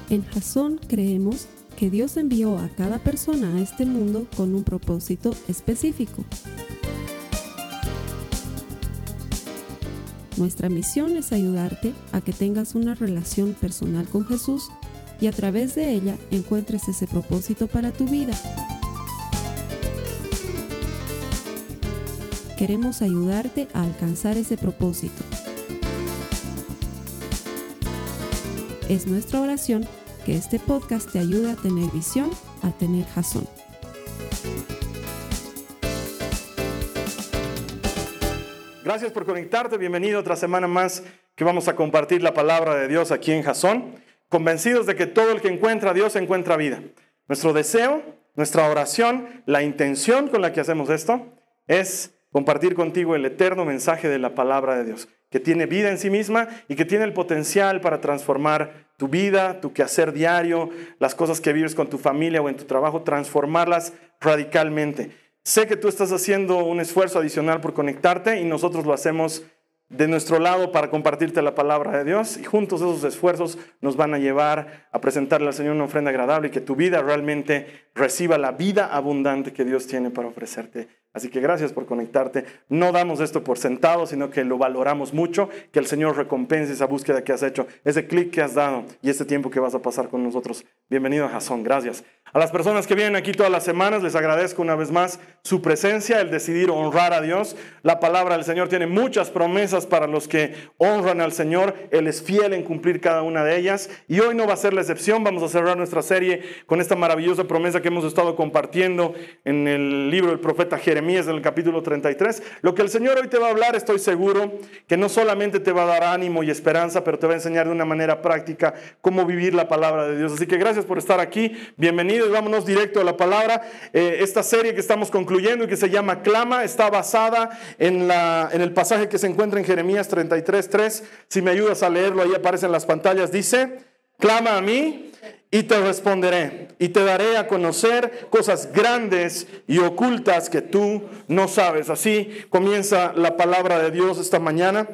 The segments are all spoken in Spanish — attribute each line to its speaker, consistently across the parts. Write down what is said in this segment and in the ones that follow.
Speaker 1: En Jasón creemos que Dios envió a cada persona a este mundo con un propósito específico. Nuestra misión es ayudarte a que tengas una relación personal con Jesús y a través de ella encuentres ese propósito para tu vida. Queremos ayudarte a alcanzar ese propósito. Es nuestra oración que este podcast te ayude a tener visión, a tener Jasón.
Speaker 2: Gracias por conectarte, bienvenido otra semana más que vamos a compartir la palabra de Dios aquí en Jasón, convencidos de que todo el que encuentra a Dios encuentra vida. Nuestro deseo, nuestra oración, la intención con la que hacemos esto es compartir contigo el eterno mensaje de la palabra de Dios, que tiene vida en sí misma y que tiene el potencial para transformar tu vida, tu quehacer diario, las cosas que vives con tu familia o en tu trabajo, transformarlas radicalmente. Sé que tú estás haciendo un esfuerzo adicional por conectarte y nosotros lo hacemos de nuestro lado para compartirte la palabra de Dios, y juntos esos esfuerzos nos van a llevar a presentarle al Señor una ofrenda agradable y que tu vida realmente reciba la vida abundante que Dios tiene para ofrecerte. Así que gracias por conectarte. No damos esto por sentado, sino que lo valoramos mucho, que el Señor recompense esa búsqueda que has hecho, ese clic que has dado y este tiempo que vas a pasar con nosotros. Bienvenido a Jasón, gracias. A las personas que vienen aquí todas las semanas, les agradezco una vez más su presencia, el decidir honrar a Dios. La palabra del Señor tiene muchas promesas para los que honran al Señor. Él es fiel en cumplir cada una de ellas. Y hoy no va a ser la excepción. Vamos a cerrar nuestra serie con esta maravillosa promesa que hemos estado compartiendo en el libro del profeta Jeremías, en el capítulo 33. Lo que el Señor hoy te va a hablar, estoy seguro que no solamente te va a dar ánimo y esperanza, pero te va a enseñar de una manera práctica cómo vivir la palabra de Dios. Así que gracias por estar aquí. Bienvenido. Y vámonos directo a la palabra. Esta serie que estamos concluyendo y que se llama Clama está basada en el pasaje que se encuentra en Jeremías 33:3. Si me ayudas a leerlo, ahí aparece en las pantallas. Dice: clama a mí y te responderé y te daré a conocer cosas grandes y ocultas que tú no sabes. Así comienza la palabra de Dios esta mañana.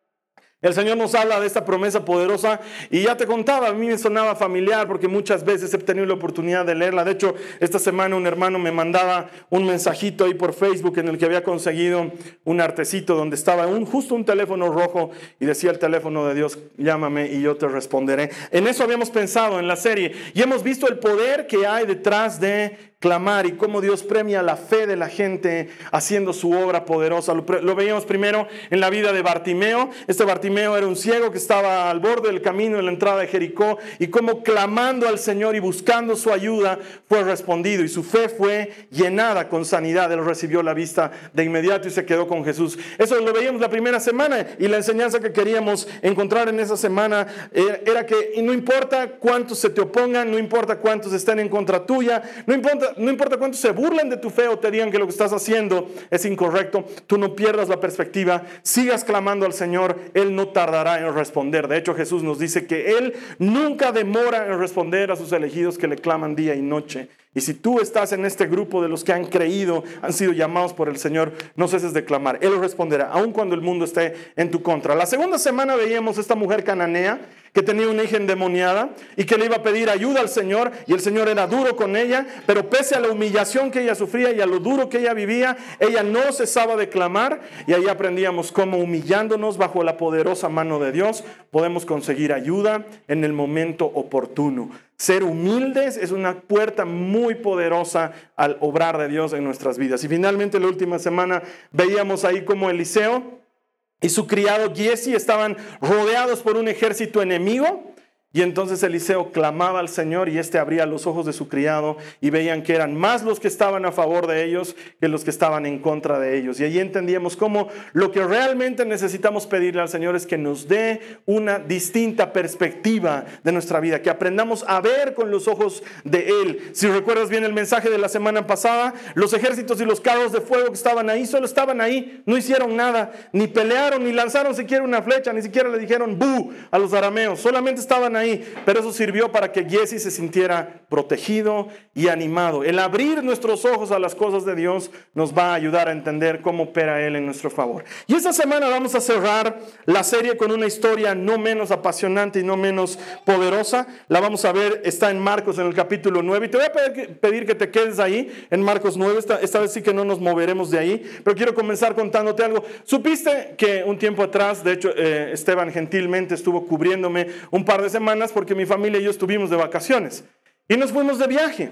Speaker 2: El Señor nos habla de esta promesa poderosa y ya te contaba, a mí me sonaba familiar porque muchas veces he tenido la oportunidad de leerla. De hecho, esta semana un hermano me mandaba un mensajito ahí por Facebook en el que había conseguido un artecito donde estaba justo un teléfono rojo y decía el teléfono de Dios: llámame y yo te responderé. En eso habíamos pensado en la serie y hemos visto el poder que hay detrás de clamar y cómo Dios premia la fe de la gente haciendo su obra poderosa. Lo veíamos primero en la vida de Bartimeo. Este Bartimeo era un ciego que estaba al borde del camino en la entrada de Jericó, y cómo clamando al Señor y buscando su ayuda fue respondido y su fe fue llenada con sanidad. Él recibió la vista de inmediato y se quedó con Jesús. Eso lo veíamos la primera semana, y la enseñanza que queríamos encontrar en esa semana era que no importa cuántos se te opongan, no importa cuántos estén en contra tuya, no importa cuántos se burlen de tu fe o te digan que lo que estás haciendo es incorrecto, tú no pierdas la perspectiva, sigas clamando al Señor. Él no tardará en responder. De hecho, Jesús nos dice que Él nunca demora en responder a sus elegidos que le claman día y noche. Y si tú estás en este grupo de los que han creído, han sido llamados por el Señor, no ceses de clamar. Él responderá, aun cuando el mundo esté en tu contra. La segunda semana veíamos esta mujer cananea que tenía una hija endemoniada y que le iba a pedir ayuda al Señor, y el Señor era duro con ella, pero pese a la humillación que ella sufría y a lo duro que ella vivía, ella no cesaba de clamar. Y ahí aprendíamos cómo, humillándonos bajo la poderosa mano de Dios, podemos conseguir ayuda en el momento oportuno. Ser humildes es una puerta muy poderosa al obrar de Dios en nuestras vidas. Y finalmente, la última semana veíamos ahí cómo Eliseo y su criado Giesi estaban rodeados por un ejército enemigo. Y entonces Eliseo clamaba al Señor y este abría los ojos de su criado y veían que eran más los que estaban a favor de ellos que los que estaban en contra de ellos. Y allí entendíamos cómo lo que realmente necesitamos pedirle al Señor es que nos dé una distinta perspectiva de nuestra vida, que aprendamos a ver con los ojos de Él. Si recuerdas bien el mensaje de la semana pasada, los ejércitos y los carros de fuego que estaban ahí, solo estaban ahí, no hicieron nada, ni pelearon, ni lanzaron siquiera una flecha, ni siquiera le dijeron "bu" a los arameos, solamente estaban ahí, pero eso sirvió para que Jesse se sintiera protegido y animado. El abrir nuestros ojos a las cosas de Dios nos va a ayudar a entender cómo opera Él en nuestro favor. Y esta semana vamos a cerrar la serie con una historia no menos apasionante y no menos poderosa. La vamos a ver, está en Marcos en el capítulo 9. Y te voy a pedir que te quedes ahí en Marcos 9. Esta vez sí que no nos moveremos de ahí, pero quiero comenzar contándote algo. ¿Supiste que un tiempo atrás, de hecho, Esteban gentilmente estuvo cubriéndome un par de semanas porque mi familia y yo estuvimos de vacaciones y nos fuimos de viaje?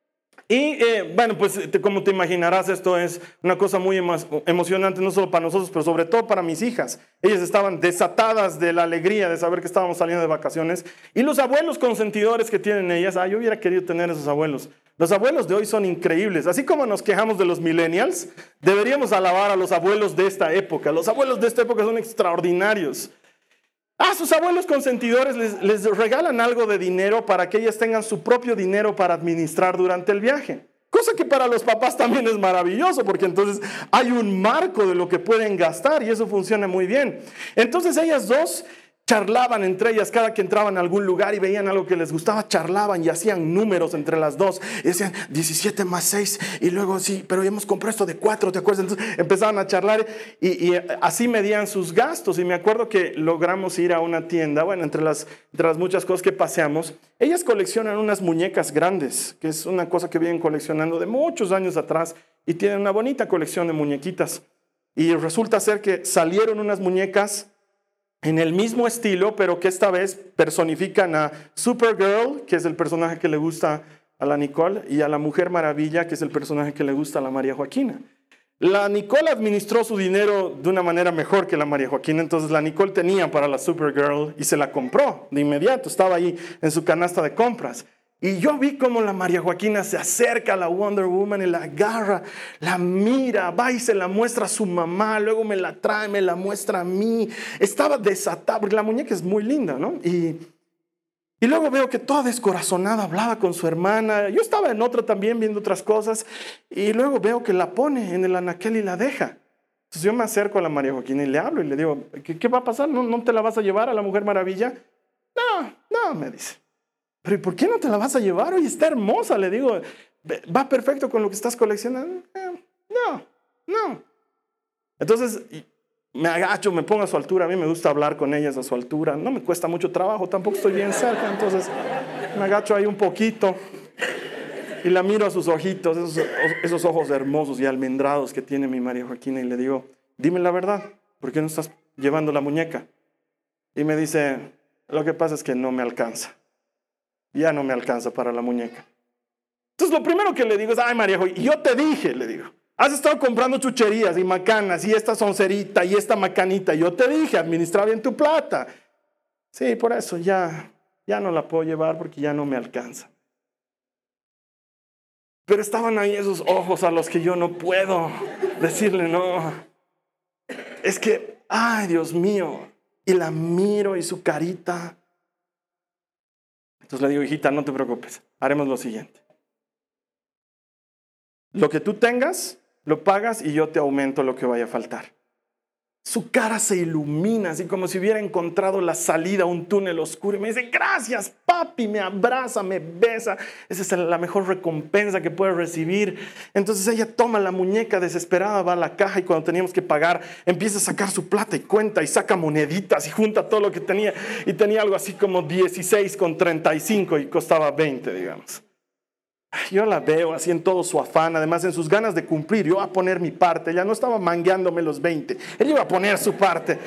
Speaker 2: Y bueno, pues como te imaginarás, esto es una cosa muy emocionante, no solo para nosotros, pero sobre todo para mis hijas. Ellas estaban desatadas de la alegría de saber que estábamos saliendo de vacaciones. Y los abuelos consentidores que tienen ellas, yo hubiera querido tener esos abuelos. Los abuelos de hoy son increíbles. Así como nos quejamos de los millennials, deberíamos alabar a los abuelos de esta época. Los abuelos de esta época son extraordinarios. Sus abuelos consentidores les regalan algo de dinero para que ellas tengan su propio dinero para administrar durante el viaje. Cosa que para los papás también es maravilloso, porque entonces hay un marco de lo que pueden gastar y eso funciona muy bien. Entonces ellas dos charlaban entre ellas cada que entraban a algún lugar y veían algo que les gustaba, charlaban y hacían números entre las dos. Y decían 17 más 6 y luego sí, pero hemos comprado esto de 4, ¿te acuerdas? Entonces empezaban a charlar y así medían sus gastos. Y me acuerdo que logramos ir a una tienda, bueno, entre las muchas cosas que paseamos, ellas coleccionan unas muñecas grandes, que es una cosa que vienen coleccionando de muchos años atrás y tienen una bonita colección de muñequitas. Y resulta ser que salieron unas muñecas en el mismo estilo, pero que esta vez personifican a Supergirl, que es el personaje que le gusta a la Nicole, y a la Mujer Maravilla, que es el personaje que le gusta a la María Joaquina. La Nicole administró su dinero de una manera mejor que la María Joaquina, entonces la Nicole tenía para la Supergirl y se la compró de inmediato, estaba ahí en su canasta de compras. Y yo vi cómo la María Joaquina se acerca a la Wonder Woman y la agarra, la mira, va y se la muestra a su mamá, luego me la trae, me la muestra a mí. Estaba desatada, porque la muñeca es muy linda, ¿no? Y luego veo que toda descorazonada hablaba con su hermana. Yo estaba en otra también viendo otras cosas y luego veo que la pone en el anaquel y la deja. Entonces yo me acerco a la María Joaquina y le hablo y le digo, ¿qué va a pasar? ¿No te la vas a llevar a la Mujer Maravilla? No, me dice. ¿Pero y por qué no te la vas a llevar? Oye, está hermosa, le digo. ¿Va perfecto con lo que estás coleccionando? No. Entonces me agacho, me pongo a su altura. A mí me gusta hablar con ellas a su altura. No me cuesta mucho trabajo, tampoco estoy bien cerca. Entonces me agacho ahí un poquito y la miro a sus ojitos, esos ojos hermosos y almendrados que tiene mi María Joaquina. Y le digo, dime la verdad, ¿por qué no estás llevando la muñeca? Y me dice, lo que pasa es que no me alcanza. Ya no me alcanza para la muñeca. Entonces lo primero que le digo es, María Joaquina, yo te dije, le digo, has estado comprando chucherías y macanas y esta soncerita y esta macanita. Yo te dije, administra bien tu plata. Sí, por eso ya no la puedo llevar porque ya no me alcanza. Pero estaban ahí esos ojos a los que yo no puedo decirle no. Es que, Dios mío. Y la miro y su carita. Entonces le digo, hijita, no te preocupes, haremos lo siguiente. Lo que tú tengas, lo pagas y yo te aumento lo que vaya a faltar. Su cara se ilumina, así como si hubiera encontrado la salida a un túnel oscuro. Y me dice, gracias, papi, me abraza, me besa. Esa es la mejor recompensa que puedes recibir. Entonces ella toma la muñeca desesperada, va a la caja y cuando teníamos que pagar, empieza a sacar su plata y cuenta y saca moneditas y junta todo lo que tenía. Y tenía algo así como 16,35 y costaba 20, digamos. Yo la veo así en todo su afán, además en sus ganas de cumplir. Yo iba a poner mi parte, ella no estaba mangueándome los 20, ella iba a poner su parte.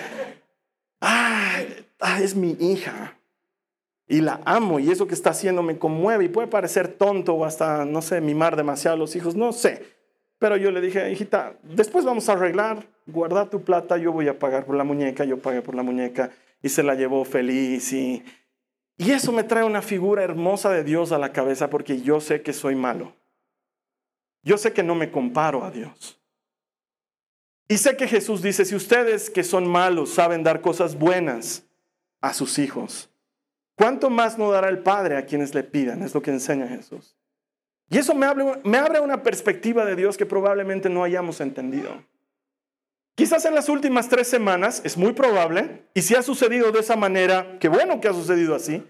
Speaker 2: Es mi hija y la amo y eso que está haciendo me conmueve y puede parecer tonto o hasta, no sé, mimar demasiado a los hijos, no sé. Pero yo le dije, hijita, después vamos a arreglar, guarda tu plata, yo voy a pagar por la muñeca, yo pagué por la muñeca y se la llevó feliz y eso me trae una figura hermosa de Dios a la cabeza porque yo sé que soy malo. Yo sé que no me comparo a Dios. Y sé que Jesús dice, si ustedes que son malos saben dar cosas buenas a sus hijos, ¿cuánto más no dará el Padre a quienes le pidan? Es lo que enseña Jesús. Y eso me abre una perspectiva de Dios que probablemente no hayamos entendido. Quizás en las últimas 3 semanas, es muy probable, y si ha sucedido de esa manera, qué bueno que ha sucedido así,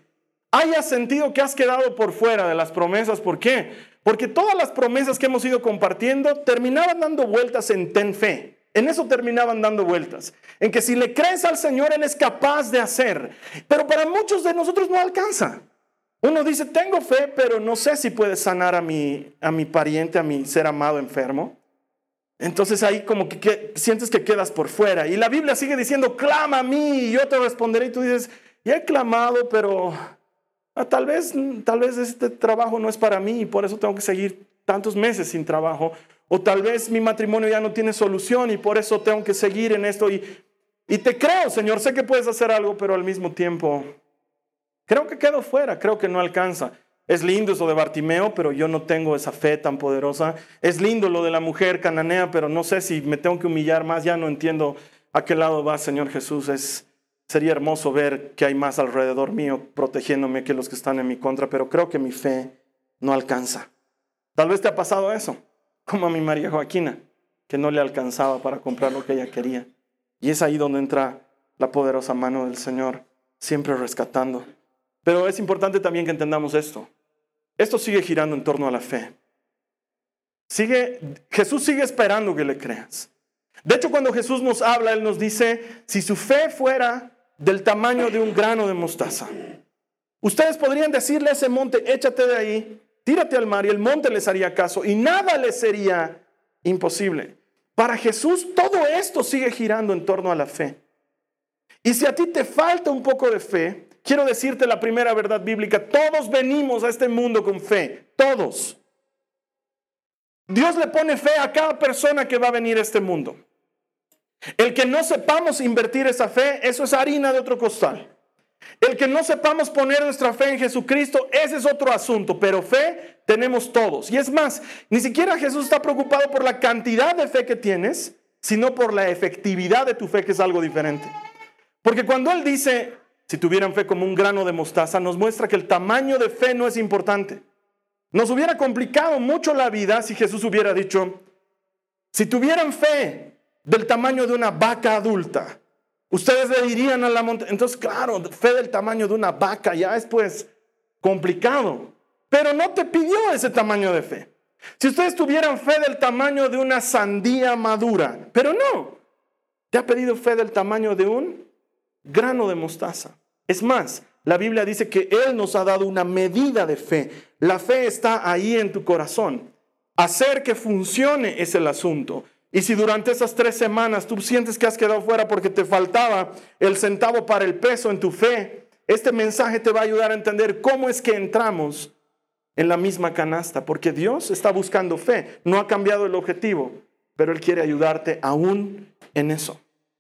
Speaker 2: hayas sentido que has quedado por fuera de las promesas. ¿Por qué? Porque todas las promesas que hemos ido compartiendo terminaban dando vueltas en ten fe. En eso terminaban dando vueltas. En que si le crees al Señor, Él es capaz de hacer. Pero para muchos de nosotros no alcanza. Uno dice, tengo fe, pero no sé si puede sanar a mi pariente, a mi ser amado enfermo. Entonces ahí como que sientes que quedas por fuera. Y la Biblia sigue diciendo, clama a mí y yo te responderé. Y tú dices, ya he clamado, pero tal vez este trabajo no es para mí y por eso tengo que seguir tantos meses sin trabajo. O tal vez mi matrimonio ya no tiene solución y por eso tengo que seguir en esto. Y te creo, Señor, sé que puedes hacer algo, pero al mismo tiempo creo que quedo fuera, creo que no alcanza. Es lindo eso de Bartimeo, pero yo no tengo esa fe tan poderosa. Es lindo lo de la mujer cananea, pero no sé si me tengo que humillar más. Ya no entiendo a qué lado va, Señor Jesús. Sería hermoso ver que hay más alrededor mío protegiéndome que los que están en mi contra, pero creo que mi fe no alcanza. Tal vez te ha pasado eso, como a mi María Joaquina, que no le alcanzaba para comprar lo que ella quería. Y es ahí donde entra la poderosa mano del Señor, siempre rescatando. Pero es importante también que entendamos esto. Esto sigue girando en torno a la fe. Jesús sigue esperando que le creas. De hecho, cuando Jesús nos habla, Él nos dice, si su fe fuera del tamaño de un grano de mostaza, ustedes podrían decirle a ese monte, échate de ahí, tírate al mar, y el monte les haría caso, y nada les sería imposible. Para Jesús, todo esto sigue girando en torno a la fe. Y si a ti te falta un poco de fe, quiero decirte la primera verdad bíblica. Todos venimos a este mundo con fe. Todos. Dios le pone fe a cada persona que va a venir a este mundo. El que no sepamos invertir esa fe, eso es harina de otro costal. El que no sepamos poner nuestra fe en Jesucristo, ese es otro asunto. Pero fe tenemos todos. Y es más, ni siquiera Jesús está preocupado por la cantidad de fe que tienes, sino por la efectividad de tu fe, que es algo diferente. Porque cuando Él dice, si tuvieran fe como un grano de mostaza, nos muestra que el tamaño de fe no es importante. Nos hubiera complicado mucho la vida si Jesús hubiera dicho, si tuvieran fe del tamaño de una vaca adulta, ustedes le dirían a la montaña. Entonces, claro, fe del tamaño de una vaca ya es pues complicado. Pero no te pidió ese tamaño de fe. Si ustedes tuvieran fe del tamaño de una sandía madura, pero no, te ha pedido fe del tamaño de un grano de mostaza. Es más, la Biblia dice que Él nos ha dado una medida de fe. La fe está ahí en tu corazón. Hacer que funcione es el asunto. Y si durante esas 3 semanas tú sientes que has quedado fuera porque te faltaba el centavo para el peso en tu fe, este mensaje te va a ayudar a entender cómo es que entramos en la misma canasta. Porque Dios está buscando fe. No ha cambiado el objetivo, pero Él quiere ayudarte aún en eso.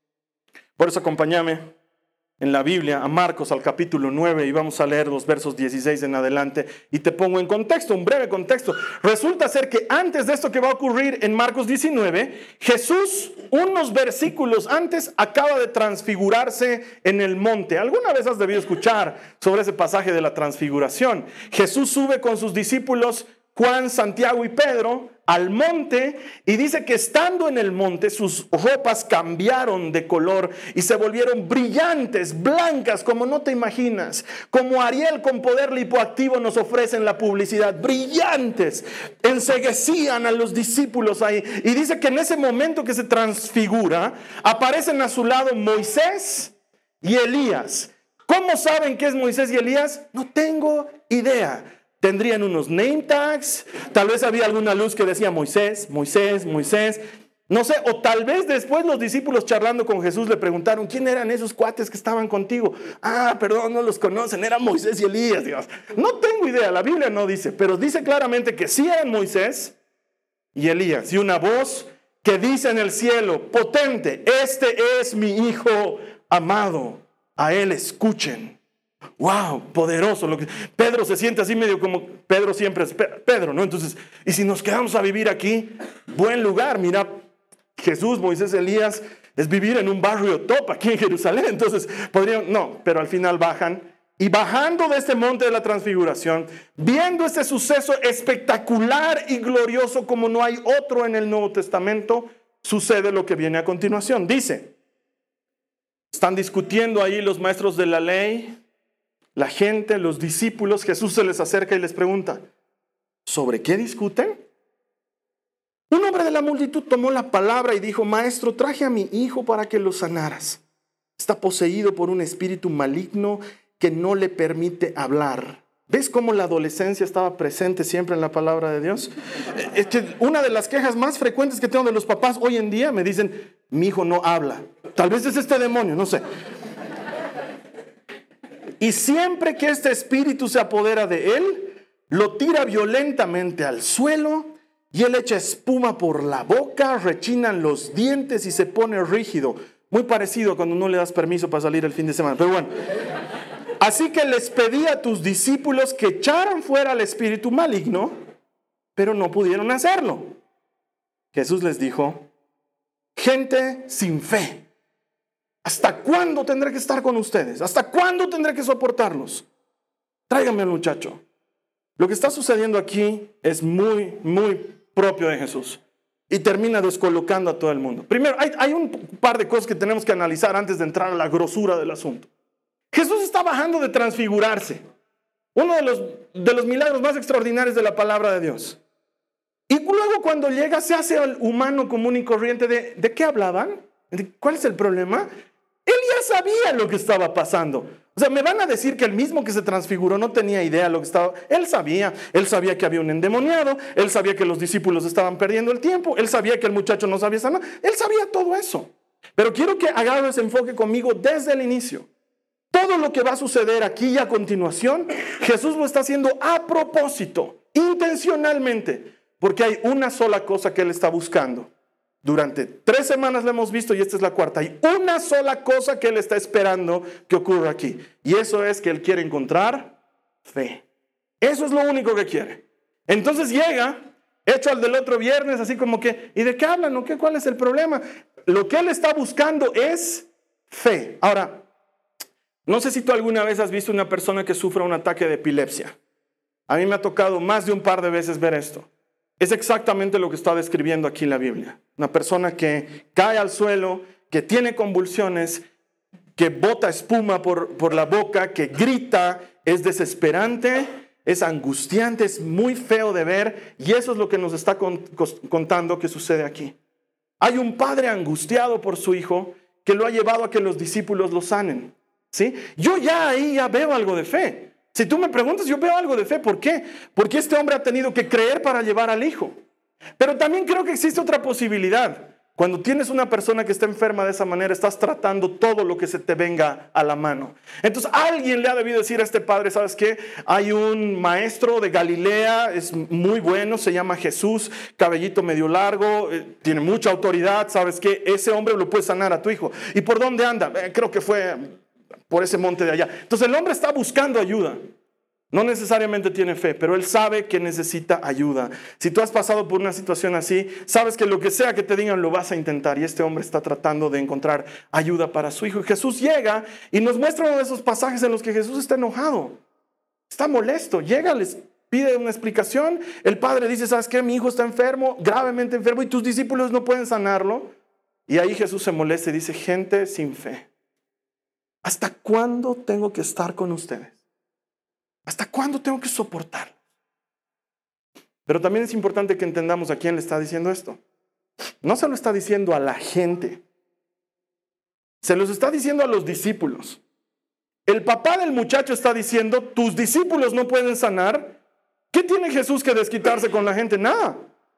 Speaker 2: Por eso acompáñame en la Biblia a Marcos al capítulo 9 y vamos a leer los versos 16 en adelante y te pongo en contexto, un breve contexto. Resulta ser que antes de esto que va a ocurrir en Marcos 19, Jesús, unos versículos antes, acaba de transfigurarse en el monte. ¿Alguna vez has debido escuchar sobre ese pasaje de la transfiguración? Jesús sube con sus discípulos Juan, Santiago y Pedro al monte y dice que estando en el monte sus ropas cambiaron de color y se volvieron brillantes, blancas como no te imaginas, como Ariel con poder lipoactivo nos ofrecen la publicidad, brillantes, enceguecían a los discípulos ahí. Y dice que en ese momento que se transfigura aparecen a su lado Moisés y Elías. ¿Cómo saben que es Moisés y Elías? No tengo idea. Tendrían unos name tags, tal vez había alguna luz que decía Moisés, Moisés, Moisés, no sé, o tal vez después los discípulos charlando con Jesús le preguntaron, ¿quién eran esos cuates que estaban contigo? Ah, perdón, no los conocen, eran Moisés y Elías, Dios. No tengo idea, la Biblia no dice, pero dice claramente que sí eran Moisés y Elías, y una voz que dice en el cielo, potente, este es mi Hijo amado, a Él escuchen. Wow, poderoso. Pedro se siente así medio como, Pedro siempre es Pedro, ¿no? Entonces, y si nos quedamos a vivir aquí, buen lugar, mira, Jesús, Moisés, Elías, es vivir en un barrio top aquí en Jerusalén. Entonces, podrían, no, pero al final bajan, y bajando de este monte de la transfiguración, viendo este suceso espectacular y glorioso como no hay otro en el Nuevo Testamento, sucede lo que viene a continuación. Dice, están discutiendo ahí los maestros de la ley, la gente, los discípulos, Jesús se les acerca y les pregunta, ¿sobre qué discuten? Un hombre de la multitud tomó la palabra y dijo, Maestro, traje a mi hijo para que lo sanaras. Está poseído por un espíritu maligno que no le permite hablar. ¿Ves cómo la adolescencia estaba presente siempre en la palabra de Dios? Es que una de las quejas más frecuentes que tengo de los papás hoy en día me dicen, mi hijo no habla. Tal vez es este demonio, no sé. Y siempre que este espíritu se apodera de él, lo tira violentamente al suelo y él echa espuma por la boca, rechinan los dientes y se pone rígido. Muy parecido cuando no le das permiso para salir el fin de semana. Pero bueno, así que les pedí a tus discípulos que echaran fuera al espíritu maligno, pero no pudieron hacerlo. Jesús les dijo, gente sin fe, ¿hasta cuándo tendré que estar con ustedes? ¿Hasta cuándo tendré que soportarlos? Tráiganme al muchacho. Lo que está sucediendo aquí es muy, muy propio de Jesús. Y termina descolocando a todo el mundo. Primero, hay un par de cosas que tenemos que analizar antes de entrar a la grosura del asunto. Jesús está bajando de transfigurarse. Uno de los milagros más extraordinarios de la palabra de Dios. Y luego cuando llega se hace el humano común y corriente. ¿De qué hablaban? ¿Cuál es el problema? Él ya sabía lo que estaba pasando. O sea, me van a decir que el mismo que se transfiguró no tenía idea de lo que estaba. Él sabía que había un endemoniado, él sabía que los discípulos estaban perdiendo el tiempo, él sabía que el muchacho no sabía sanar, él sabía todo eso. Pero quiero que agarres enfoque conmigo desde el inicio. Todo lo que va a suceder aquí y a continuación, Jesús lo está haciendo a propósito, intencionalmente, porque hay una sola cosa que él está buscando. Durante 3 semanas lo hemos visto y esta es la cuarta. Hay una sola cosa que él está esperando que ocurra aquí. Y eso es que él quiere encontrar fe. Eso es lo único que quiere. Entonces llega, hecho al del otro viernes, así como que, ¿y de qué hablan? ¿O qué? ¿Cuál es el problema? Lo que él está buscando es fe. Ahora, no sé si tú alguna vez has visto una persona que sufra un ataque de epilepsia. A mí me ha tocado más de un par de veces ver esto. Es exactamente lo que está describiendo aquí la Biblia. Una persona que cae al suelo, que tiene convulsiones, que bota espuma por la boca, que grita, es desesperante, es angustiante, es muy feo de ver. Y eso es lo que nos está contando que sucede aquí. Hay un padre angustiado por su hijo que lo ha llevado a que los discípulos lo sanen. ¿Sí? Yo ahí veo algo de fe. Si tú me preguntas, yo veo algo de fe. ¿Por qué? Porque este hombre ha tenido que creer para llevar al hijo. Pero también creo que existe otra posibilidad. Cuando tienes una persona que está enferma de esa manera, estás tratando todo lo que se te venga a la mano. Entonces alguien le ha debido decir a este padre, ¿sabes qué? Hay un maestro de Galilea, es muy bueno, se llama Jesús, cabellito medio largo, tiene mucha autoridad, ¿sabes qué? Ese hombre lo puede sanar a tu hijo. ¿Y por dónde anda? Creo que fue por ese monte de allá. Entonces el hombre está buscando ayuda. No necesariamente tiene fe, pero él sabe que necesita ayuda. Si tú has pasado por una situación así, sabes que lo que sea que te digan lo vas a intentar. Y este hombre está tratando de encontrar ayuda para su hijo. Y Jesús llega y nos muestra uno de esos pasajes en los que Jesús está enojado. Está molesto. Llega, les pide una explicación. El padre dice, ¿sabes qué? Mi hijo está enfermo, gravemente enfermo, y tus discípulos no pueden sanarlo. Y ahí Jesús se molesta y dice, gente sin fe, ¿hasta cuándo tengo que estar con ustedes? ¿Hasta cuándo tengo que soportarlos? Pero también es importante que entendamos a quién le está diciendo esto. No se lo está diciendo a la gente. Se los está diciendo a los discípulos. El papá del muchacho está diciendo, tus discípulos no pueden sanar. ¿Qué tiene Jesús que desquitarse con la gente? Nada.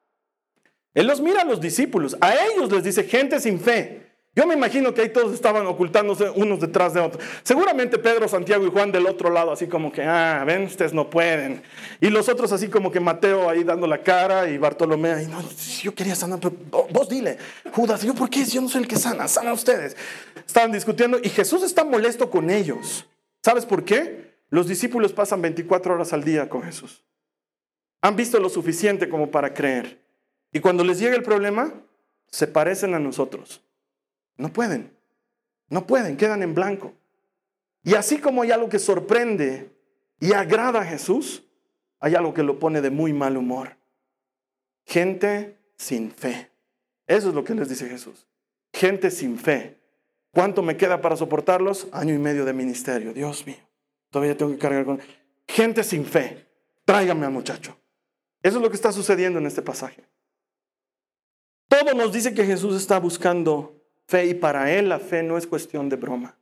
Speaker 2: Él los mira a los discípulos. A ellos les dice, gente sin fe. Yo me imagino que ahí todos estaban ocultándose unos detrás de otros. Seguramente Pedro, Santiago y Juan del otro lado, así como que, ven, ustedes no pueden. Y los otros así como que Mateo ahí dando la cara y Bartolomé ahí, no, yo quería sanar, pero vos dile. Judas, ¿yo por qué? Yo no soy el que sana ustedes. Estaban discutiendo y Jesús está molesto con ellos. ¿Sabes por qué? Los discípulos pasan 24 horas al día con Jesús. Han visto lo suficiente como para creer. Y cuando les llega el problema, se parecen a nosotros. No pueden, quedan en blanco. Y así como hay algo que sorprende y agrada a Jesús, hay algo que lo pone de muy mal humor. Gente sin fe. Eso es lo que les dice Jesús. Gente sin fe. ¿Cuánto me queda para soportarlos? 1 año y medio de ministerio, Dios mío. Todavía tengo que cargar con gente sin fe. Tráigame al muchacho. Eso es lo que está sucediendo en este pasaje. Todo nos dice que Jesús está buscando fe y para Él la fe no es cuestión de broma.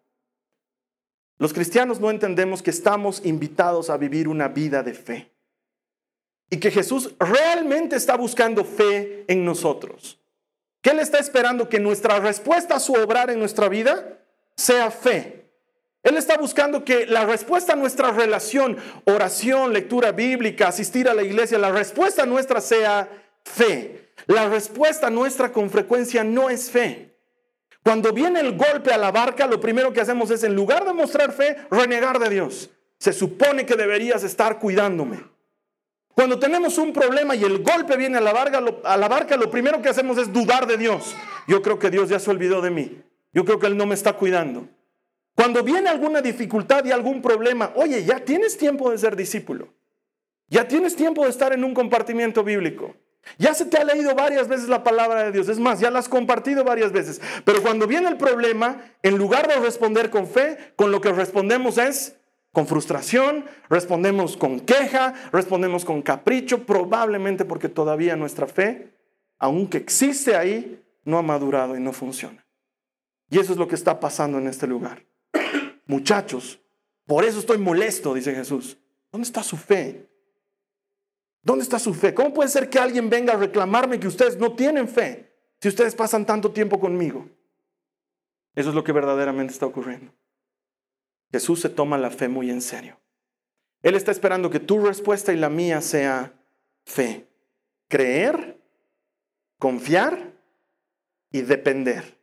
Speaker 2: Los cristianos no entendemos que estamos invitados a vivir una vida de fe y que Jesús realmente está buscando fe en nosotros. ¿Qué Él está esperando? Que nuestra respuesta a su obrar en nuestra vida sea fe. Él está buscando que la respuesta a nuestra relación, oración, lectura bíblica, asistir a la iglesia, la respuesta nuestra sea fe. La respuesta nuestra con frecuencia no es fe. Cuando viene el golpe a la barca, lo primero que hacemos es, en lugar de mostrar fe, renegar de Dios. Se supone que deberías estar cuidándome. Cuando tenemos un problema y el golpe viene a la barca, lo primero que hacemos es dudar de Dios. Yo creo que Dios ya se olvidó de mí. Yo creo que Él no me está cuidando. Cuando viene alguna dificultad y algún problema, oye, ya tienes tiempo de ser discípulo. Ya tienes tiempo de estar en un compartimiento bíblico. Ya se te ha leído varias veces la palabra de Dios. Es más, ya la has compartido varias veces. Pero cuando viene el problema, en lugar de responder con fe, con lo que respondemos es con frustración, respondemos con queja, respondemos con capricho, probablemente porque todavía nuestra fe, aunque existe ahí, no ha madurado y no funciona. Y eso es lo que está pasando en este lugar. Muchachos, por eso estoy molesto, dice Jesús. ¿Dónde está su fe? ¿Dónde está su fe? ¿Cómo puede ser que alguien venga a reclamarme que ustedes no tienen fe si ustedes pasan tanto tiempo conmigo? Eso es lo que verdaderamente está ocurriendo. Jesús se toma la fe muy en serio. Él está esperando que tu respuesta y la mía sea fe. Creer, confiar y depender.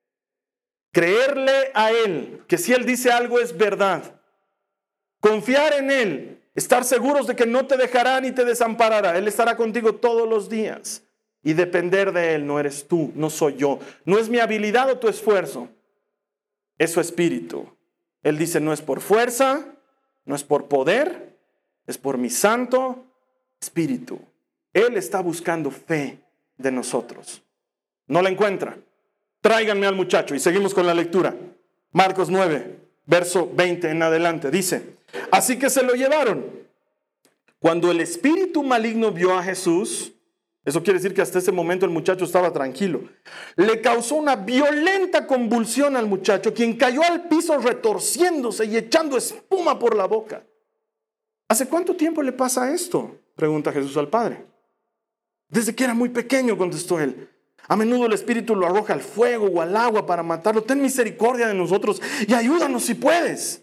Speaker 2: Creerle a Él, que si Él dice algo es verdad. Confiar en Él. Estar seguros de que no te dejará ni te desamparará. Él estará contigo todos los días. Y depender de Él. No eres tú, no soy yo. No es mi habilidad o tu esfuerzo. Es su espíritu. Él dice, no es por fuerza, no es por poder, es por mi santo espíritu. Él está buscando fe de nosotros. ¿No la encuentra? Tráiganme al muchacho. Y seguimos con la lectura. Marcos 9, verso 20 en adelante. Dice, así que se lo llevaron. Cuando el espíritu maligno vio a Jesús, eso quiere decir que hasta ese momento el muchacho estaba tranquilo, le causó una violenta convulsión al muchacho, quien cayó al piso retorciéndose y echando espuma por la boca. ¿Hace cuánto tiempo le pasa esto?, pregunta Jesús al Padre. Desde que era muy pequeño, contestó él. A menudo el espíritu lo arroja al fuego o al agua para matarlo. Ten misericordia de nosotros y ayúdanos si puedes.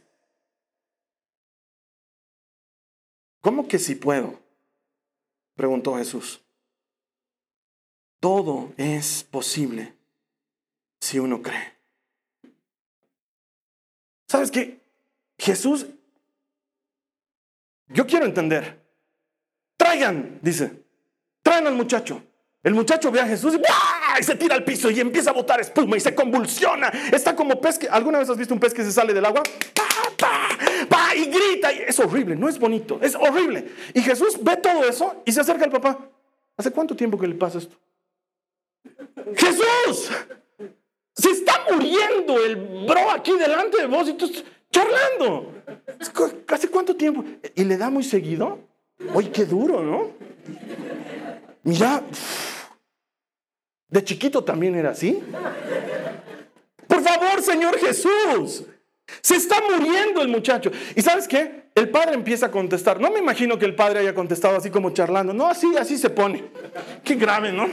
Speaker 2: ¿Cómo que si puedo?, preguntó Jesús. Todo es posible si uno cree. ¿Sabes qué? Jesús, yo quiero entender. Traigan, dice, traen al muchacho. El muchacho ve a Jesús y se tira al piso y empieza a botar espuma y se convulsiona. Está como pez que, ¿alguna vez has visto un pez que se sale del agua? Y grita. Es horrible, no es bonito, es horrible. Y Jesús ve todo eso y se acerca al papá. ¿Hace cuánto tiempo que le pasa esto? Jesús, se está muriendo el bro aquí delante de vos y tú estás charlando. ¿Hace cuánto tiempo? ¿Y le da muy seguido? Oye, qué duro, ¿no? Mira, de chiquito también era así. Por favor, Señor Jesús, se está muriendo el muchacho. ¿Y sabes qué? El padre empieza a contestar. No me imagino que el padre haya contestado así como charlando. No, así se pone. Qué grave, ¿no?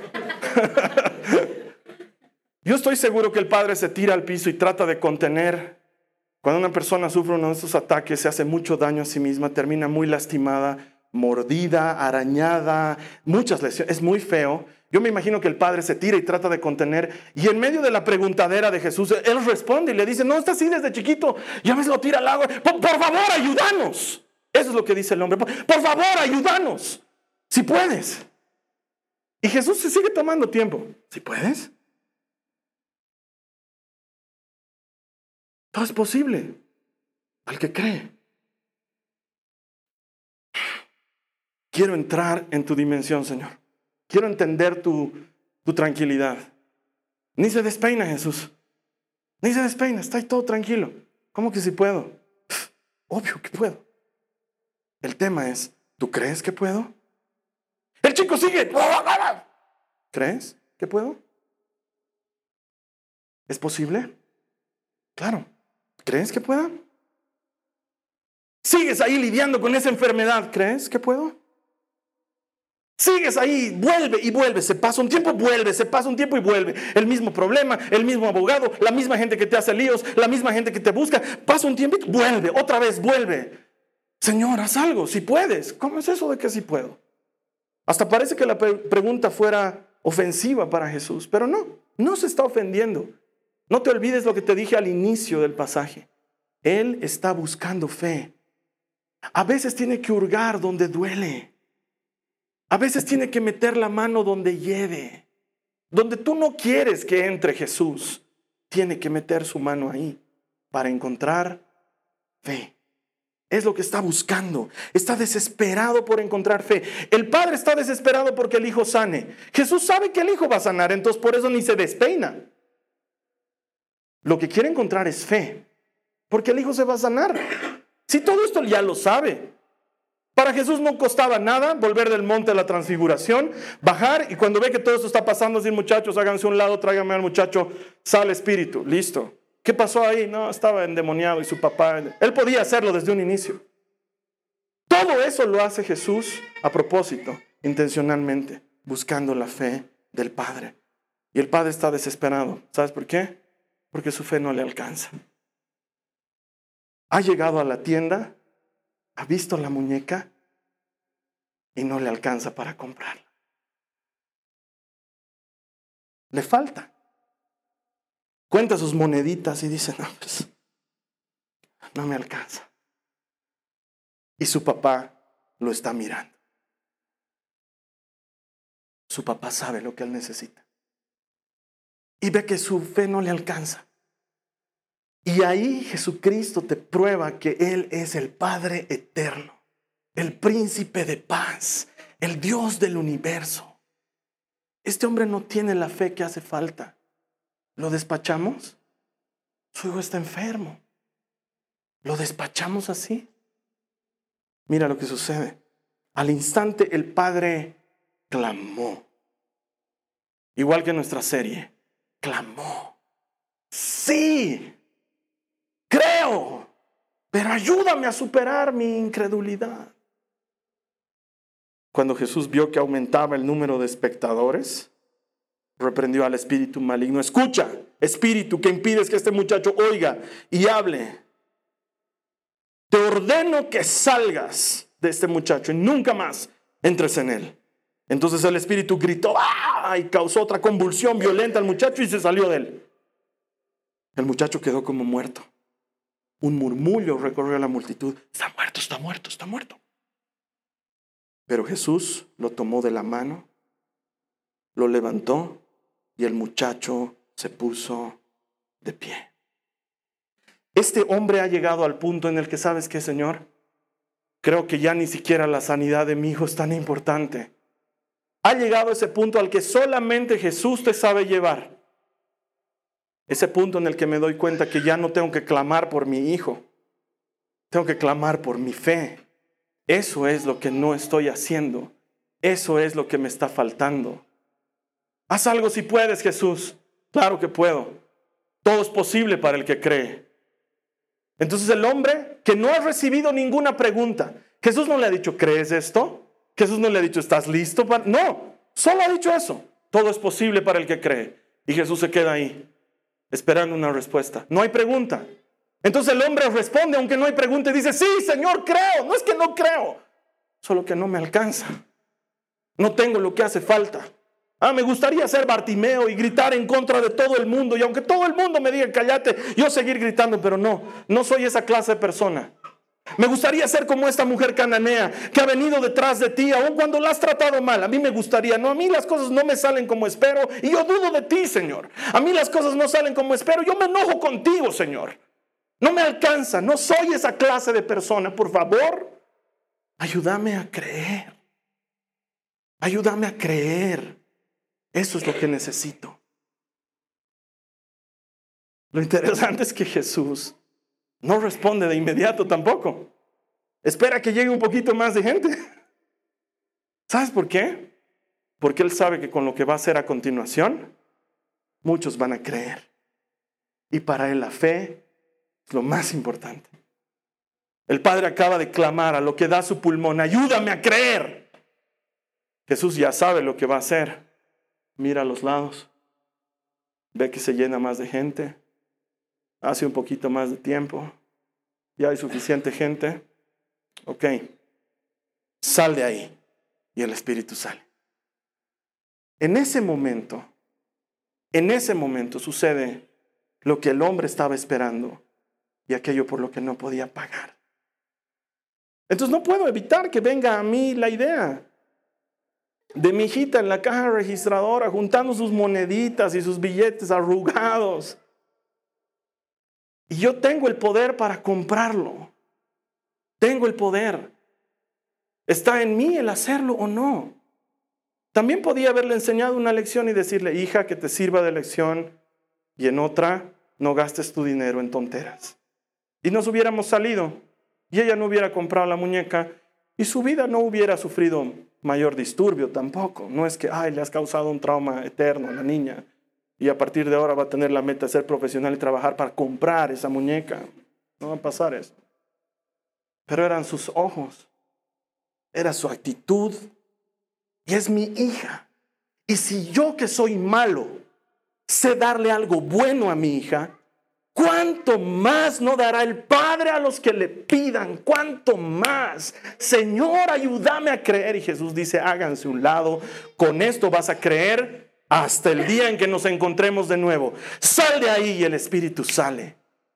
Speaker 2: Yo estoy seguro que el padre se tira al piso y trata de contener. Cuando una persona sufre uno de estos ataques, se hace mucho daño a sí misma, termina muy lastimada, mordida, arañada, muchas lesiones. Es muy feo. Yo me imagino que el padre se tira y trata de contener. Y en medio de la preguntadera de Jesús, él responde y le dice, no, está así desde chiquito. Ya ves, lo tira al agua. Por favor, ayúdanos. Eso es lo que dice el hombre. Por favor, ayúdanos. Si puedes. Y Jesús se sigue tomando tiempo. ¿Si puedes? Todo es posible al que cree. Quiero entrar en tu dimensión, Señor. Quiero entender tu tranquilidad. Ni se despeina Jesús. Ni se despeina, está ahí todo tranquilo. ¿Cómo que si puedo? Obvio que puedo. El tema es, ¿tú crees que puedo? El chico sigue. ¿Crees que puedo? ¿Es posible? Claro. ¿Crees que pueda? ¿Sigues ahí lidiando con esa enfermedad? ¿Crees que puedo? Sigues ahí, vuelve y vuelve, se pasa un tiempo, vuelve, se pasa un tiempo y vuelve. El mismo problema, el mismo abogado, la misma gente que te hace líos, la misma gente que te busca. Pasa un tiempo y vuelve, otra vez vuelve. Señor, haz algo, si puedes. ¿Cómo es eso de que sí puedo? Hasta parece que la pregunta fuera ofensiva para Jesús, pero no se está ofendiendo. No te olvides lo que te dije al inicio del pasaje. Él está buscando fe. A veces tiene que hurgar donde duele. A veces tiene que meter la mano donde hiede. Donde tú no quieres que entre Jesús, tiene que meter su mano ahí para encontrar fe. Es lo que está buscando. Está desesperado por encontrar fe. El padre está desesperado porque el hijo sane. Jesús sabe que el hijo va a sanar, entonces por eso ni se despeina. Lo que quiere encontrar es fe, porque el hijo se va a sanar. Si todo esto ya lo sabe. Para Jesús no costaba nada volver del monte de la transfiguración, bajar y cuando ve que todo esto está pasando, decir, muchachos, háganse a un lado, tráiganme al muchacho, sale espíritu, listo. ¿Qué pasó ahí? No, estaba endemoniado y su papá, él podía hacerlo desde un inicio. Todo eso lo hace Jesús a propósito, intencionalmente, buscando la fe del Padre. Y el Padre está desesperado. ¿Sabes por qué? Porque su fe no le alcanza. Ha llegado a la tienda, ha visto la muñeca y no le alcanza para comprarla. Le falta. Cuenta sus moneditas y dice, no, pues, no me alcanza. Y su papá lo está mirando. Su papá sabe lo que él necesita. Y ve que su fe no le alcanza. Y ahí Jesucristo te prueba que Él es el Padre eterno, el príncipe de paz, el Dios del universo. Este hombre no tiene la fe que hace falta. ¿Lo despachamos? Su hijo está enfermo. ¿Lo despachamos así? Mira lo que sucede. Al instante el Padre clamó. Igual que en nuestra serie. Clamó. Sí. Creo, pero ayúdame a superar mi incredulidad. Cuando Jesús vio que aumentaba el número de espectadores, reprendió al espíritu maligno. Escucha, espíritu, que impides que este muchacho oiga y hable. Te ordeno que salgas de este muchacho y nunca más entres en él. Entonces el espíritu gritó y causó otra convulsión violenta al muchacho y se salió de él. El muchacho quedó como muerto. Un murmullo recorrió a la multitud. Está muerto, está muerto, está muerto. Pero Jesús lo tomó de la mano, lo levantó y el muchacho se puso de pie. Este hombre ha llegado al punto en el que, ¿sabes qué, Señor? Creo que ya ni siquiera la sanidad de mi hijo es tan importante. Ha llegado a ese punto al que solamente Jesús te sabe llevar. Ese punto en el que me doy cuenta que ya no tengo que clamar por mi hijo. Tengo que clamar por mi fe. Eso es lo que no estoy haciendo. Eso es lo que me está faltando. Haz algo si puedes, Jesús. Claro que puedo. Todo es posible para el que cree. Entonces el hombre que no ha recibido ninguna pregunta, Jesús no le ha dicho, ¿crees esto? Jesús no le ha dicho, ¿estás listo? No, solo ha dicho eso. Todo es posible para el que cree. Y Jesús se queda ahí, esperando una respuesta. No hay pregunta. Entonces el hombre responde, aunque no hay pregunta, y dice, sí, Señor, creo. No es que no creo, solo que no me alcanza. No tengo lo que hace falta. Me gustaría ser Bartimeo y gritar en contra de todo el mundo. Y aunque todo el mundo me diga cállate, yo seguir gritando, pero no soy esa clase de persona. Me gustaría ser como esta mujer cananea que ha venido detrás de ti, aun cuando la has tratado mal. A mí me gustaría, a mí las cosas no me salen como espero y yo dudo de ti, Señor. A mí las cosas no salen como espero, yo me enojo contigo, Señor. No me alcanza, no soy esa clase de persona. Por favor, ayúdame a creer. Ayúdame a creer. Eso es lo que necesito. Lo interesante es que Jesús No responde de inmediato tampoco. Espera que llegue un poquito más de gente. ¿Sabes por qué? Porque Él sabe que con lo que va a hacer a continuación, muchos van a creer. Y para Él la fe es lo más importante. El Padre acaba de clamar a lo que da su pulmón: ayúdame a creer. Jesús ya sabe lo que va a hacer. Mira a los lados. Ve que se llena más de gente. Hace un poquito más de tiempo. Ya hay suficiente gente. Ok. Sal de ahí. Y el Espíritu sale. En ese momento sucede lo que el hombre estaba esperando y aquello por lo que no podía pagar. Entonces no puedo evitar que venga a mí la idea de mi hijita en la caja registradora juntando sus moneditas y sus billetes arrugados. Y yo tengo el poder para comprarlo. Tengo el poder. Está en mí el hacerlo o no. También podía haberle enseñado una lección y decirle: hija, que te sirva de lección, y en otra, no gastes tu dinero en tonteras. Y nos hubiéramos salido, y ella no hubiera comprado la muñeca, y su vida no hubiera sufrido mayor disturbio tampoco. No es que le has causado un trauma eterno a la niña, y a partir de ahora va a tener la meta de ser profesional y trabajar para comprar esa muñeca. No va a pasar eso. Pero eran sus ojos, era su actitud, y es mi hija. Y si yo, que soy malo, sé darle algo bueno a mi hija, ¿cuánto más no dará el Padre a los que le pidan? ¿Cuánto más? Señor, ayúdame a creer. Y Jesús dice: háganse un lado, con esto vas a creer hasta el día en que nos encontremos de nuevo. Sal de ahí, y el Espíritu sale.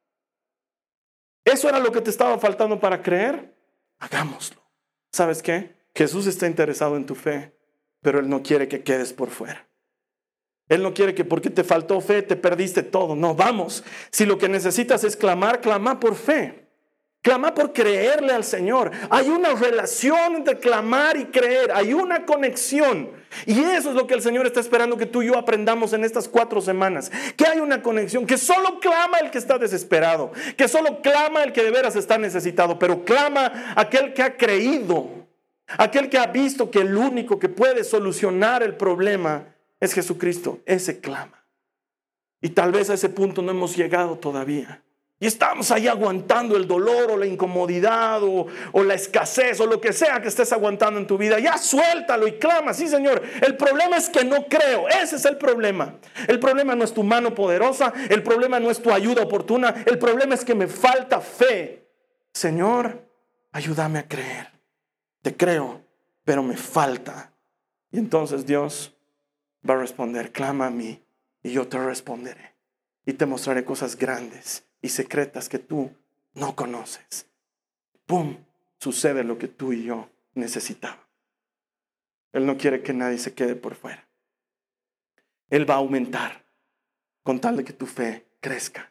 Speaker 2: ¿Eso era lo que te estaba faltando para creer? Hagámoslo. ¿Sabes qué? Jesús está interesado en tu fe, pero Él no quiere que quedes por fuera. Él no quiere que porque te faltó fe te perdiste todo. No, vamos. Si lo que necesitas es clamar, clama por fe. Clama por creerle al Señor. Hay una relación entre clamar y creer. Hay una conexión. Y eso es lo que el Señor está esperando que tú y yo aprendamos en estas 4 semanas. Que hay una conexión. Que solo clama el que está desesperado. Que solo clama el que de veras está necesitado. Pero clama aquel que ha creído. Aquel que ha visto que el único que puede solucionar el problema es Jesucristo. Ese clama. Y tal vez a ese punto no hemos llegado todavía. Y estamos ahí aguantando el dolor o la incomodidad o la escasez o lo que sea que estés aguantando en tu vida. Ya suéltalo y clama: sí, Señor. El problema es que no creo. Ese es el problema. El problema no es tu mano poderosa. El problema no es tu ayuda oportuna. El problema es que me falta fe. Señor, ayúdame a creer. Te creo, pero me falta. Y entonces Dios va a responder: clama a mí y yo te responderé. Y te mostraré cosas grandes y secretas que tú no conoces. ¡Pum! Sucede lo que tú y yo necesitábamos. Él no quiere que nadie se quede por fuera. Él va a aumentar con tal de que tu fe crezca.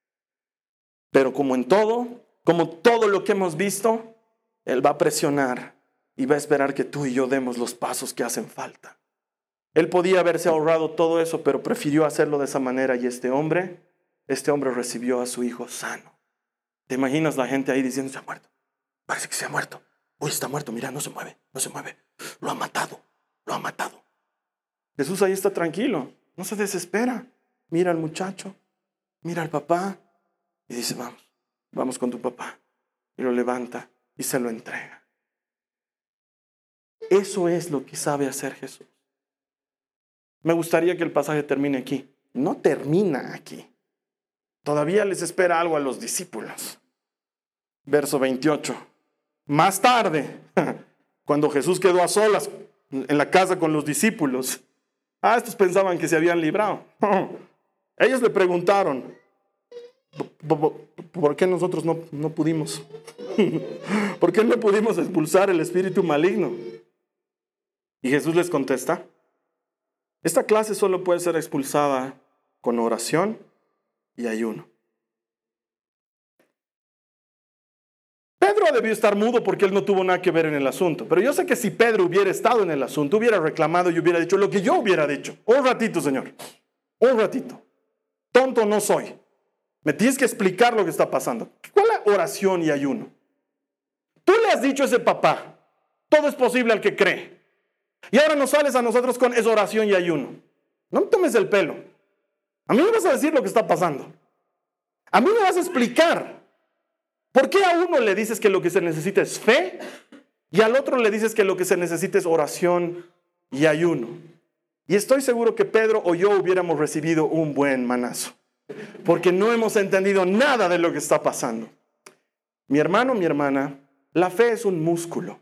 Speaker 2: Pero como todo lo que hemos visto, Él va a presionar y va a esperar que tú y yo demos los pasos que hacen falta. Él podía haberse ahorrado todo eso, pero prefirió hacerlo de esa manera. Y este hombre recibió a su hijo sano. ¿Te imaginas la gente ahí diciendo: se ha muerto? Parece que se ha muerto. Uy, está muerto, mira, no se mueve. Lo ha matado. Jesús ahí está tranquilo, no se desespera. Mira al muchacho, mira al papá y dice: vamos con tu papá. Y lo levanta y se lo entrega. Eso es lo que sabe hacer Jesús. Me gustaría que el pasaje termine aquí. No termina aquí. Todavía les espera algo a los discípulos. Verso 28. Más tarde, cuando Jesús quedó a solas en la casa con los discípulos, estos pensaban que se habían librado. Ellos le preguntaron: ¿por qué nosotros no pudimos? ¿Por qué no pudimos expulsar el espíritu maligno? Y Jesús les contesta: esta clase solo puede ser expulsada con oración y ayuno. Pedro debió estar mudo porque él no tuvo nada que ver en el asunto. Pero yo sé que si Pedro hubiera estado en el asunto, hubiera reclamado y hubiera dicho lo que yo hubiera dicho. Un ratito, Señor. Un ratito. Tonto no soy. Me tienes que explicar lo que está pasando. ¿Cuál es la oración y ayuno? Tú le has dicho a ese papá, todo es posible al que cree. Y ahora nos sales a nosotros con es oración y ayuno. No me tomes el pelo. A mí me vas a decir lo que está pasando. A mí me vas a explicar. ¿Por qué a uno le dices que lo que se necesita es fe y al otro le dices que lo que se necesita es oración y ayuno? Y estoy seguro que Pedro o yo hubiéramos recibido un buen manazo, porque no hemos entendido nada de lo que está pasando. Mi hermano, mi hermana, la fe es un músculo.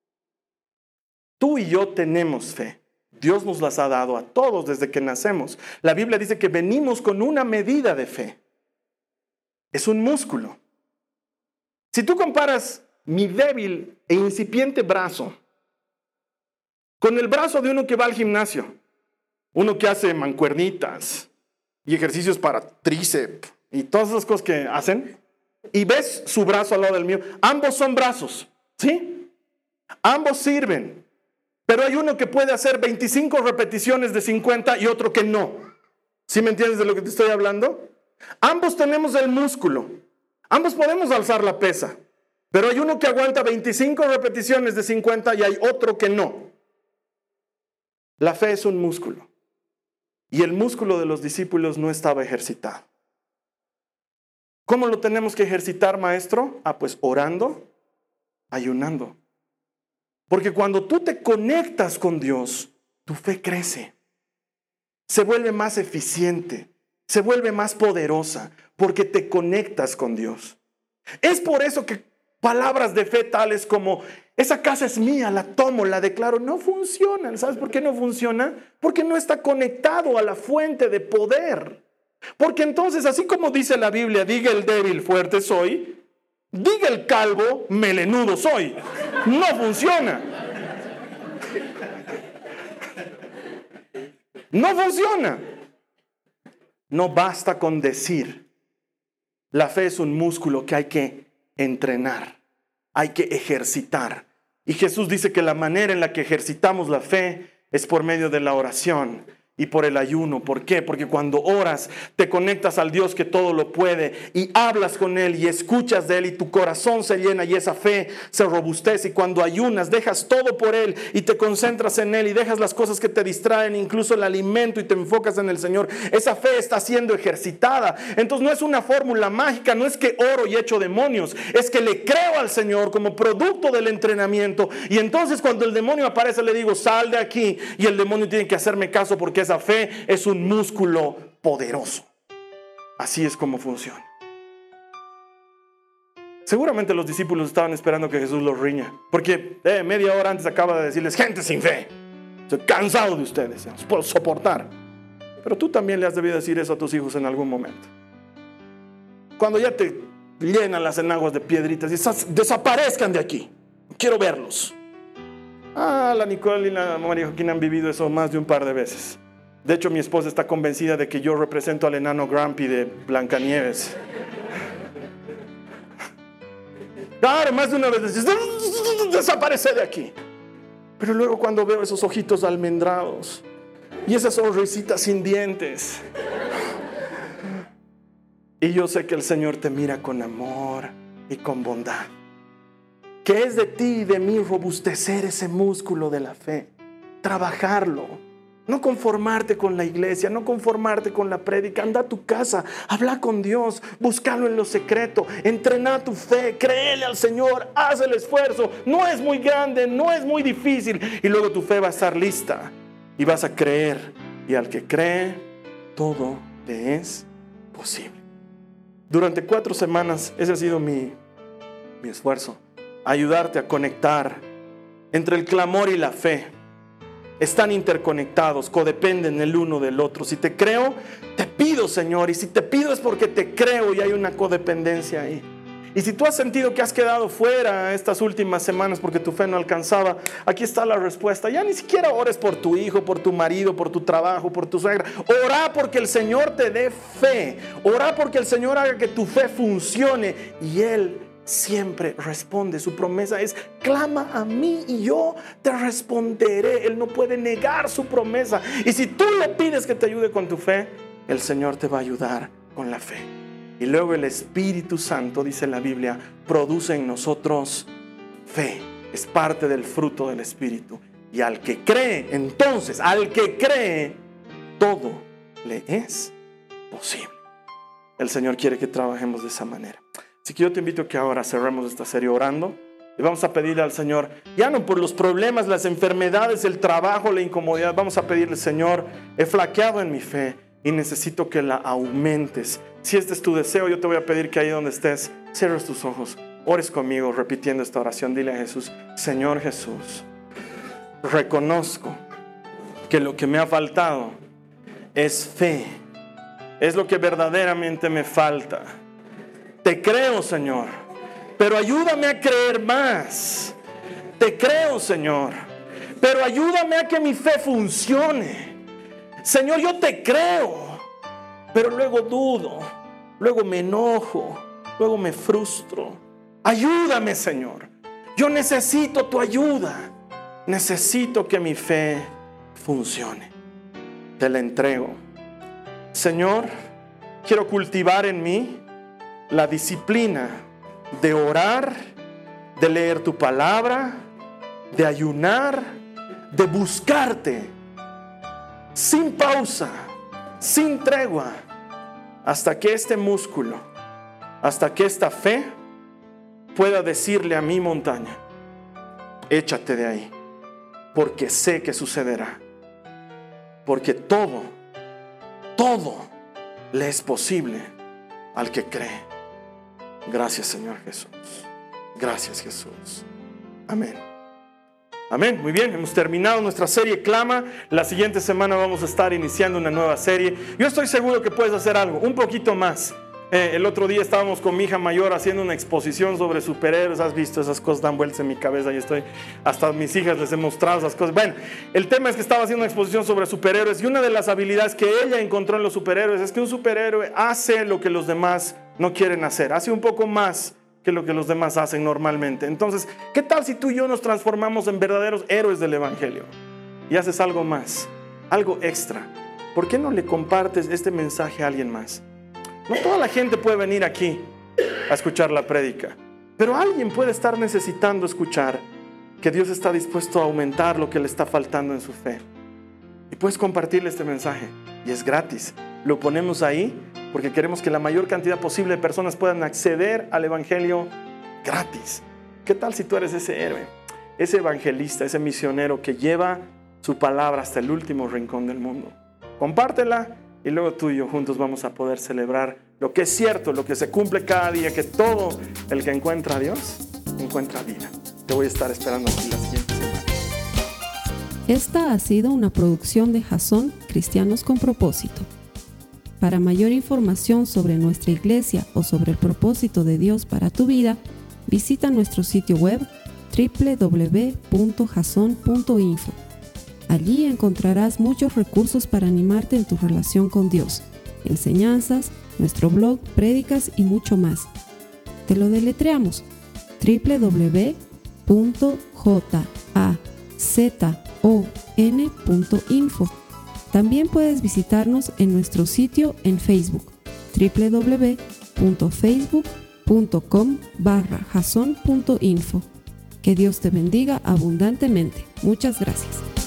Speaker 2: Tú y yo tenemos fe. Dios nos las ha dado a todos desde que nacemos. La Biblia dice que venimos con una medida de fe. Es un músculo. Si tú comparas mi débil e incipiente brazo con el brazo de uno que va al gimnasio, uno que hace mancuernitas y ejercicios para tríceps y todas esas cosas que hacen, y ves su brazo al lado del mío, ambos son brazos, ¿sí? Ambos sirven, pero hay uno que puede hacer 25 repeticiones de 50 y otro que no. ¿Sí me entiendes de lo que te estoy hablando? Ambos tenemos el músculo, ambos podemos alzar la pesa, pero hay uno que aguanta 25 repeticiones de 50 y hay otro que no. La fe es un músculo y el músculo de los discípulos no estaba ejercitado. ¿Cómo lo tenemos que ejercitar, maestro? Pues orando, ayunando. Porque cuando tú te conectas con Dios, tu fe crece, se vuelve más eficiente, se vuelve más poderosa, porque te conectas con Dios. Es por eso que palabras de fe tales como, esa casa es mía, la tomo, la declaro, no funcionan. ¿Sabes por qué no funciona? Porque no está conectado a la fuente de poder. Porque entonces, así como dice la Biblia, diga el débil, fuerte soy, diga el calvo, melenudo soy. No funciona. No funciona. No basta con decir. La fe es un músculo que hay que entrenar, hay que ejercitar. Y Jesús dice que la manera en la que ejercitamos la fe es por medio de la oración y por el ayuno. ¿Por qué? Porque cuando oras, te conectas al Dios que todo lo puede y hablas con Él y escuchas de Él y tu corazón se llena y esa fe se robustece. Y cuando ayunas, dejas todo por Él y te concentras en Él y dejas las cosas que te distraen, incluso el alimento, y te enfocas en el Señor. Esa fe está siendo ejercitada. Entonces no es una fórmula mágica, no es que oro y echo demonios, es que le creo al Señor como producto del entrenamiento. Y entonces cuando el demonio aparece, le digo, sal de aquí, y el demonio tiene que hacerme caso porque esa fe es un músculo poderoso. Así es como funciona. Seguramente los discípulos estaban esperando que Jesús los riña, porque media hora antes acaba de decirles, gente sin fe, estoy cansado de ustedes, no los puedo soportar. Pero tú también le has debido decir eso a tus hijos en algún momento. Cuando ya te llenan las enaguas de piedritas y desaparezcan de aquí, quiero verlos. La Nicole y la María Joaquín han vivido eso más de un par de veces. De hecho, mi esposa está convencida de que yo represento al enano Grumpy de Blancanieves. Claro, más de una vez dices, desaparece de aquí. Pero luego cuando veo esos ojitos almendrados y esa sonrisita sin dientes, y yo sé que el Señor te mira con amor y con bondad, que es de ti y de mí robustecer ese músculo de la fe, trabajarlo. No conformarte con la iglesia, no conformarte con la prédica. Anda a tu casa, habla con Dios, búscalo en lo secreto, entrena tu fe, créele al Señor, haz el esfuerzo. No es muy grande, no es muy difícil. Y luego tu fe va a estar lista y vas a creer. Y al que cree, todo le es posible. Durante 4 semanas, ese ha sido mi esfuerzo. Ayudarte a conectar entre el clamor y la fe. Están interconectados, codependen el uno del otro. Si te creo, te pido, Señor. Y si te pido es porque te creo y hay una codependencia ahí. Y si tú has sentido que has quedado fuera estas últimas semanas porque tu fe no alcanzaba, aquí está la respuesta. Ya ni siquiera ores por tu hijo, por tu marido, por tu trabajo, por tu suegra. Ora porque el Señor te dé fe. Ora porque el Señor haga que tu fe funcione. Y Él siempre responde. Su promesa es, clama a mí y yo te responderé. Él no puede negar su promesa. Y si tú le pides que te ayude con tu fe, el Señor te va a ayudar con la fe. Y luego el Espíritu Santo, dice la Biblia, produce en nosotros fe. Es parte del fruto del Espíritu. Y al que cree, entonces, al que cree, todo le es posible. El Señor quiere que trabajemos de esa manera. Así que yo te invito a que ahora cerremos esta serie orando. Y vamos a pedirle al Señor, ya no por los problemas, las enfermedades, el trabajo, la incomodidad. Vamos a pedirle, Señor, he flaqueado en mi fe y necesito que la aumentes. Si este es tu deseo, yo te voy a pedir que ahí donde estés, cierres tus ojos, ores conmigo repitiendo esta oración. Dile a Jesús: Señor Jesús, reconozco que lo que me ha faltado es fe. Es lo que verdaderamente me falta. Te creo, Señor, pero ayúdame a creer más. Te creo, Señor, pero ayúdame a que mi fe funcione. Señor, yo te creo, pero luego dudo, luego me enojo, luego me frustro. Ayúdame, Señor. Yo necesito tu ayuda. Necesito que mi fe funcione. Te la entrego. Señor, quiero cultivar en mí la disciplina de orar, de leer tu palabra, de ayunar, de buscarte sin pausa, sin tregua, hasta que este músculo, hasta que esta fe pueda decirle a mi montaña: échate de ahí, porque sé que sucederá, porque todo le es posible al que cree. Gracias, Señor Jesús. Gracias, Jesús. Amén. Amén. Muy bien, hemos terminado nuestra serie Clama. La siguiente semana vamos a estar iniciando una nueva serie. Yo estoy seguro que puedes hacer algo, un poquito más. El otro día estábamos con mi hija mayor haciendo una exposición sobre superhéroes. Has visto, esas cosas dan vueltas en mi cabeza. Y estoy, hasta a mis hijas les he mostrado esas cosas. Bueno, el tema es que estaba haciendo una exposición sobre superhéroes. Y una de las habilidades que ella encontró en los superhéroes es que un superhéroe hace lo que los demás no quieren hacer. Hace un poco más que lo que los demás hacen normalmente. Entonces, ¿qué tal si tú y yo nos transformamos en verdaderos héroes del Evangelio? Y haces algo más, algo extra. ¿Por qué no le compartes este mensaje a alguien más? No toda la gente puede venir aquí a escuchar la prédica, pero alguien puede estar necesitando escuchar que Dios está dispuesto a aumentar lo que le está faltando en su fe. Y puedes compartirle este mensaje, y es gratis. Lo ponemos ahí porque queremos que la mayor cantidad posible de personas puedan acceder al Evangelio gratis. ¿Qué tal si tú eres ese héroe, ese evangelista, ese misionero que lleva su palabra hasta el último rincón del mundo? Compártela. Y luego tú y yo juntos vamos a poder celebrar lo que es cierto, lo que se cumple cada día, que todo el que encuentra a Dios, encuentra vida. Te voy a estar esperando aquí la siguiente semana.
Speaker 1: Esta ha sido una producción de Jasón Cristianos con Propósito. Para mayor información sobre nuestra iglesia o sobre el propósito de Dios para tu vida, visita nuestro sitio web www.jason.info. Allí encontrarás muchos recursos para animarte en tu relación con Dios, enseñanzas, nuestro blog, prédicas y mucho más. Te lo deletreamos: www.jazon.info. También puedes visitarnos en nuestro sitio en Facebook, www.facebook.com/jason.info. Que Dios te bendiga abundantemente. Muchas gracias.